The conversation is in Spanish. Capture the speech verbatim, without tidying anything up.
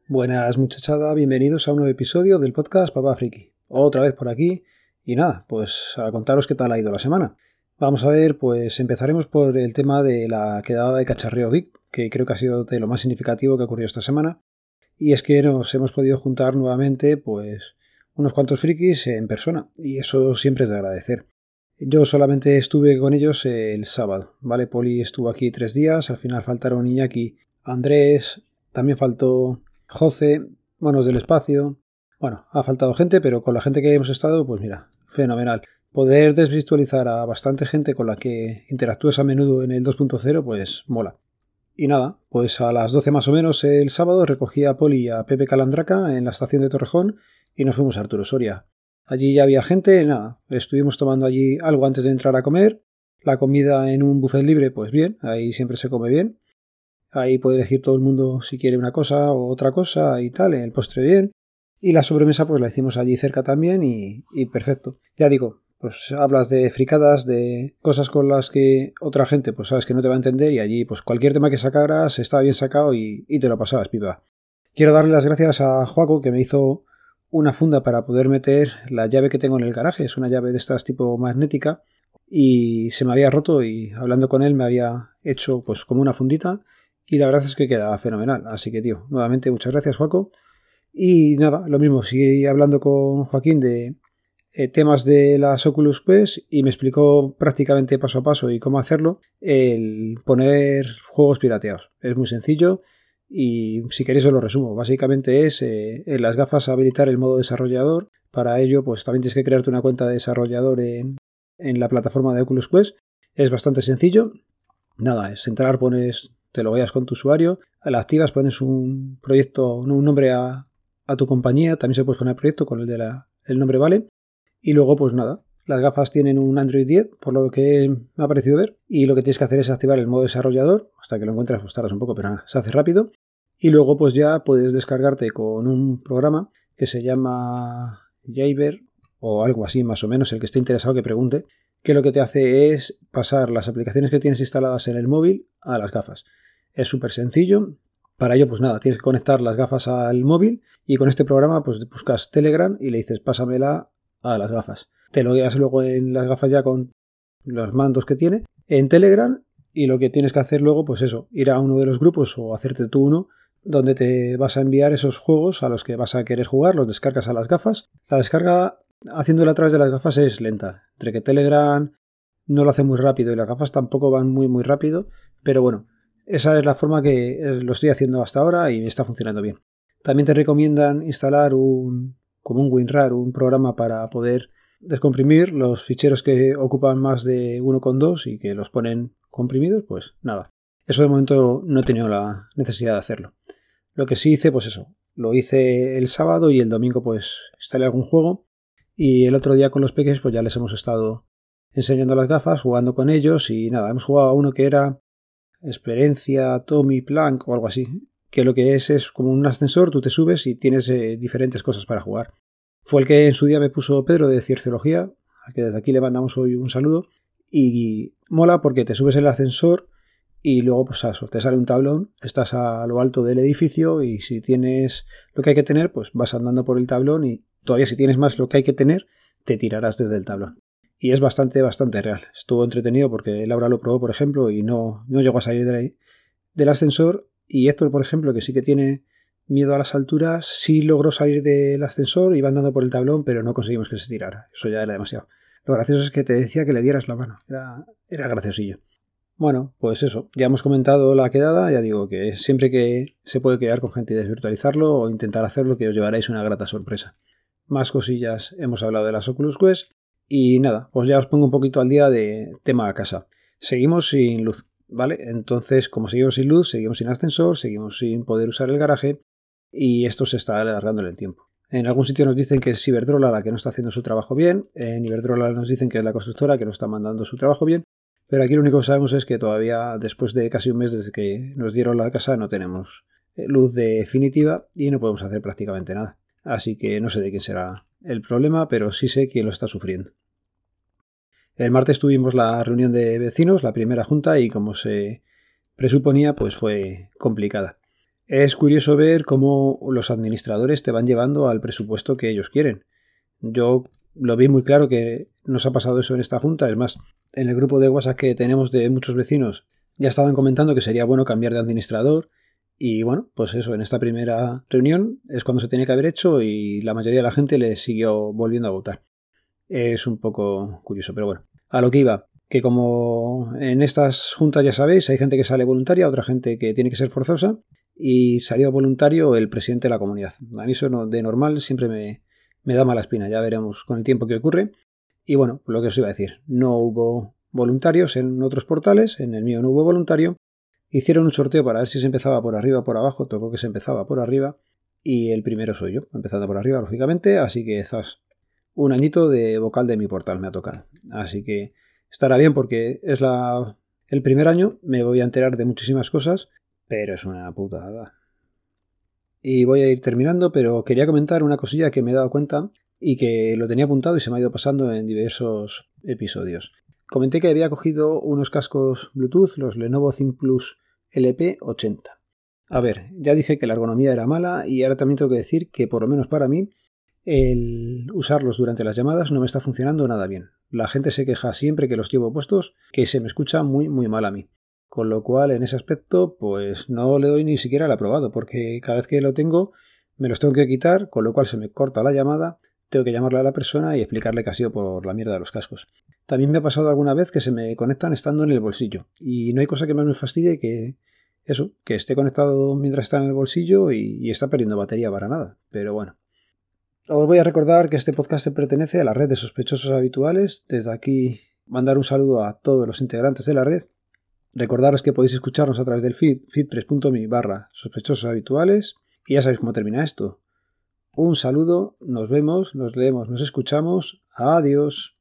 Buenas muchachada, bienvenidos a un nuevo episodio del podcast Papá Friki. Otra vez por aquí y nada, pues a contaros qué tal ha ido la semana. Vamos a ver, pues empezaremos por el tema de la quedada de Cacharreo Geek, que creo que ha sido de lo más significativo que ha ocurrido esta semana. Y es que nos hemos podido juntar nuevamente, pues, unos cuantos frikis en persona, y eso siempre es de agradecer. Yo solamente estuve con ellos el sábado, ¿vale? Poli estuvo aquí tres días, al final faltaron Iñaki, Andrés, también faltó José, Monos del Espacio. Bueno, ha faltado gente, pero con la gente que hemos estado, pues mira, fenomenal. Poder desvirtualizar a bastante gente con la que interactúas a menudo en el dos punto cero, pues mola. Y nada, pues a las doce más o menos el sábado recogí a Poli y a Pepe Calandraca en la estación de Torrejón y nos fuimos a Arturo Soria. Allí ya había gente, nada, estuvimos tomando allí algo antes de entrar a comer. La comida en un buffet libre, pues bien, ahí siempre se come bien. Ahí puede elegir todo el mundo si quiere una cosa o otra cosa y tal, el postre bien. Y la sobremesa pues la hicimos allí cerca también y, y perfecto. Ya digo, pues hablas de fricadas, de cosas con las que otra gente pues sabes que no te va a entender y allí pues cualquier tema que sacaras estaba bien sacado y, y te lo pasabas, pipa. Quiero darle las gracias a Joaco que me hizo una funda para poder meter la llave que tengo en el garaje. Es una llave de estas tipo magnética y se me había roto y hablando con él me había hecho pues como una fundita y la verdad es que queda fenomenal. Así que tío, nuevamente muchas gracias Joaco. Y nada, lo mismo, seguí hablando con Joaquín de eh, temas de las Oculus Quest y me explicó prácticamente paso a paso y cómo hacerlo, el poner juegos pirateados. Es muy sencillo y si queréis os lo resumo. Básicamente es eh, en las gafas habilitar el modo desarrollador. Para ello pues también tienes que crearte una cuenta de desarrollador en, en la plataforma de Oculus Quest. Es bastante sencillo. Nada, es entrar, pones, te lo veas con tu usuario, la activas, pones un proyecto, un nombre a a tu compañía, también se puede poner proyecto con el de la, el nombre vale, y luego pues nada, las gafas tienen un Android diez, por lo que me ha parecido ver, y lo que tienes que hacer es activar el modo desarrollador, hasta que lo encuentras pues tardas un poco, pero nada, se hace rápido, y luego pues ya puedes descargarte con un programa que se llama Jabber, o algo así más o menos, el que esté interesado que pregunte, que lo que te hace es pasar las aplicaciones que tienes instaladas en el móvil a las gafas. Es súper sencillo. Para ello, pues nada, tienes que conectar las gafas al móvil y con este programa pues buscas Telegram y le dices pásamela a las gafas. Te lo guías luego en las gafas ya con los mandos que tiene en Telegram y lo que tienes que hacer luego pues eso, ir a uno de los grupos o hacerte tú uno donde te vas a enviar esos juegos a los que vas a querer jugar, los descargas a las gafas. La descarga haciéndola a través de las gafas es lenta, entre que Telegram no lo hace muy rápido y las gafas tampoco van muy muy rápido, pero bueno, esa es la forma que lo estoy haciendo hasta ahora y me está funcionando bien. También te recomiendan instalar un, como un WinRAR, un programa para poder descomprimir los ficheros que ocupan más de uno coma dos y que los ponen comprimidos, pues nada. Eso de momento no he tenido la necesidad de hacerlo. Lo que sí hice, pues eso, lo hice el sábado y el domingo pues instalé algún juego y el otro día con los peques pues ya les hemos estado enseñando las gafas, jugando con ellos y nada, hemos jugado a uno que era experiencia Tommy Plank o algo así, que lo que es es como un ascensor, tú te subes y tienes eh, diferentes cosas para jugar. Fue el que en su día me puso Pedro de Cienciología, a que desde aquí le mandamos hoy un saludo, y mola porque te subes en el ascensor y luego pues eso, te sale un tablón, estás a lo alto del edificio y si tienes lo que hay que tener, pues vas andando por el tablón y todavía si tienes más lo que hay que tener, te tirarás desde el tablón. Y es bastante, bastante real. Estuvo entretenido porque Laura lo probó, por ejemplo, y no, no llegó a salir de ahí, del ascensor. Y Héctor, por ejemplo, que sí que tiene miedo a las alturas, sí logró salir del ascensor, iba andando por el tablón, pero no conseguimos que se tirara. Eso ya era demasiado. Lo gracioso es que te decía que le dieras la mano. Era, era graciosillo. Bueno, pues eso. Ya hemos comentado la quedada. Ya digo que siempre que se puede quedar con gente y desvirtualizarlo o intentar hacerlo, que os llevaréis una grata sorpresa. Más cosillas. Hemos hablado de las Oculus Quest. Y nada, pues ya os pongo un poquito al día de tema a casa. Seguimos sin luz, ¿vale? Entonces, como seguimos sin luz, seguimos sin ascensor, seguimos sin poder usar el garaje y esto se está alargando en el tiempo. En algún sitio nos dicen que es Iberdrola la que no está haciendo su trabajo bien, en Iberdrola nos dicen que es la constructora que no está mandando su trabajo bien, pero aquí lo único que sabemos es que todavía, después de casi un mes desde que nos dieron la casa, no tenemos luz definitiva y no podemos hacer prácticamente nada. Así que no sé de quién será el problema, pero sí sé quién lo está sufriendo. El martes tuvimos la reunión de vecinos, la primera junta, y como se presuponía, pues fue complicada. Es curioso ver cómo los administradores te van llevando al presupuesto que ellos quieren. Yo lo vi muy claro que nos ha pasado eso en esta junta. Es más, en el grupo de WhatsApp que tenemos de muchos vecinos ya estaban comentando que sería bueno cambiar de administrador. Y bueno, pues eso, en esta primera reunión es cuando se tenía que haber hecho y la mayoría de la gente le siguió volviendo a votar. Es un poco curioso, pero bueno. A lo que iba, que como en estas juntas ya sabéis, hay gente que sale voluntaria, otra gente que tiene que ser forzosa, y salió voluntario el presidente de la comunidad. A mí eso de normal siempre me, me da mala espina, ya veremos con el tiempo qué ocurre. Y bueno, lo que os iba a decir, no hubo voluntarios en otros portales, en el mío no hubo voluntario. Hicieron un sorteo para ver si se empezaba por arriba o por abajo, tocó que se empezaba por arriba, y el primero soy yo, empezando por arriba, lógicamente, así que zas, un añito de vocal de mi portal me ha tocado. Así que estará bien porque es la el primer año, me voy a enterar de muchísimas cosas, pero es una putada. Y voy a ir terminando, pero quería comentar una cosilla que me he dado cuenta y que lo tenía apuntado y se me ha ido pasando en diversos episodios. Comenté que había cogido unos cascos Bluetooth, los Lenovo ThinkPlus L P ochenta. A ver, ya dije que la ergonomía era mala y ahora también tengo que decir que por lo menos para mí el usarlos durante las llamadas no me está funcionando nada bien. La gente se queja siempre que los llevo puestos que se me escucha muy muy mal a mí. Con lo cual, en ese aspecto, pues no le doy ni siquiera el aprobado, porque cada vez que lo tengo me los tengo que quitar, con lo cual se me corta la llamada, tengo que llamarle a la persona y explicarle que ha sido por la mierda de los cascos. También me ha pasado alguna vez que se me conectan estando en el bolsillo, y no hay cosa que más me fastidie que eso, que esté conectado mientras está en el bolsillo y, y está perdiendo batería para nada, pero bueno. Os voy a recordar que este podcast pertenece a la red de sospechosos habituales. Desde aquí mandar un saludo a todos los integrantes de la red. Recordaros que podéis escucharnos a través del feed, feedpress.me barra sospechosos habituales. Y ya sabéis cómo termina esto. Un saludo, nos vemos, nos leemos, nos escuchamos. Adiós.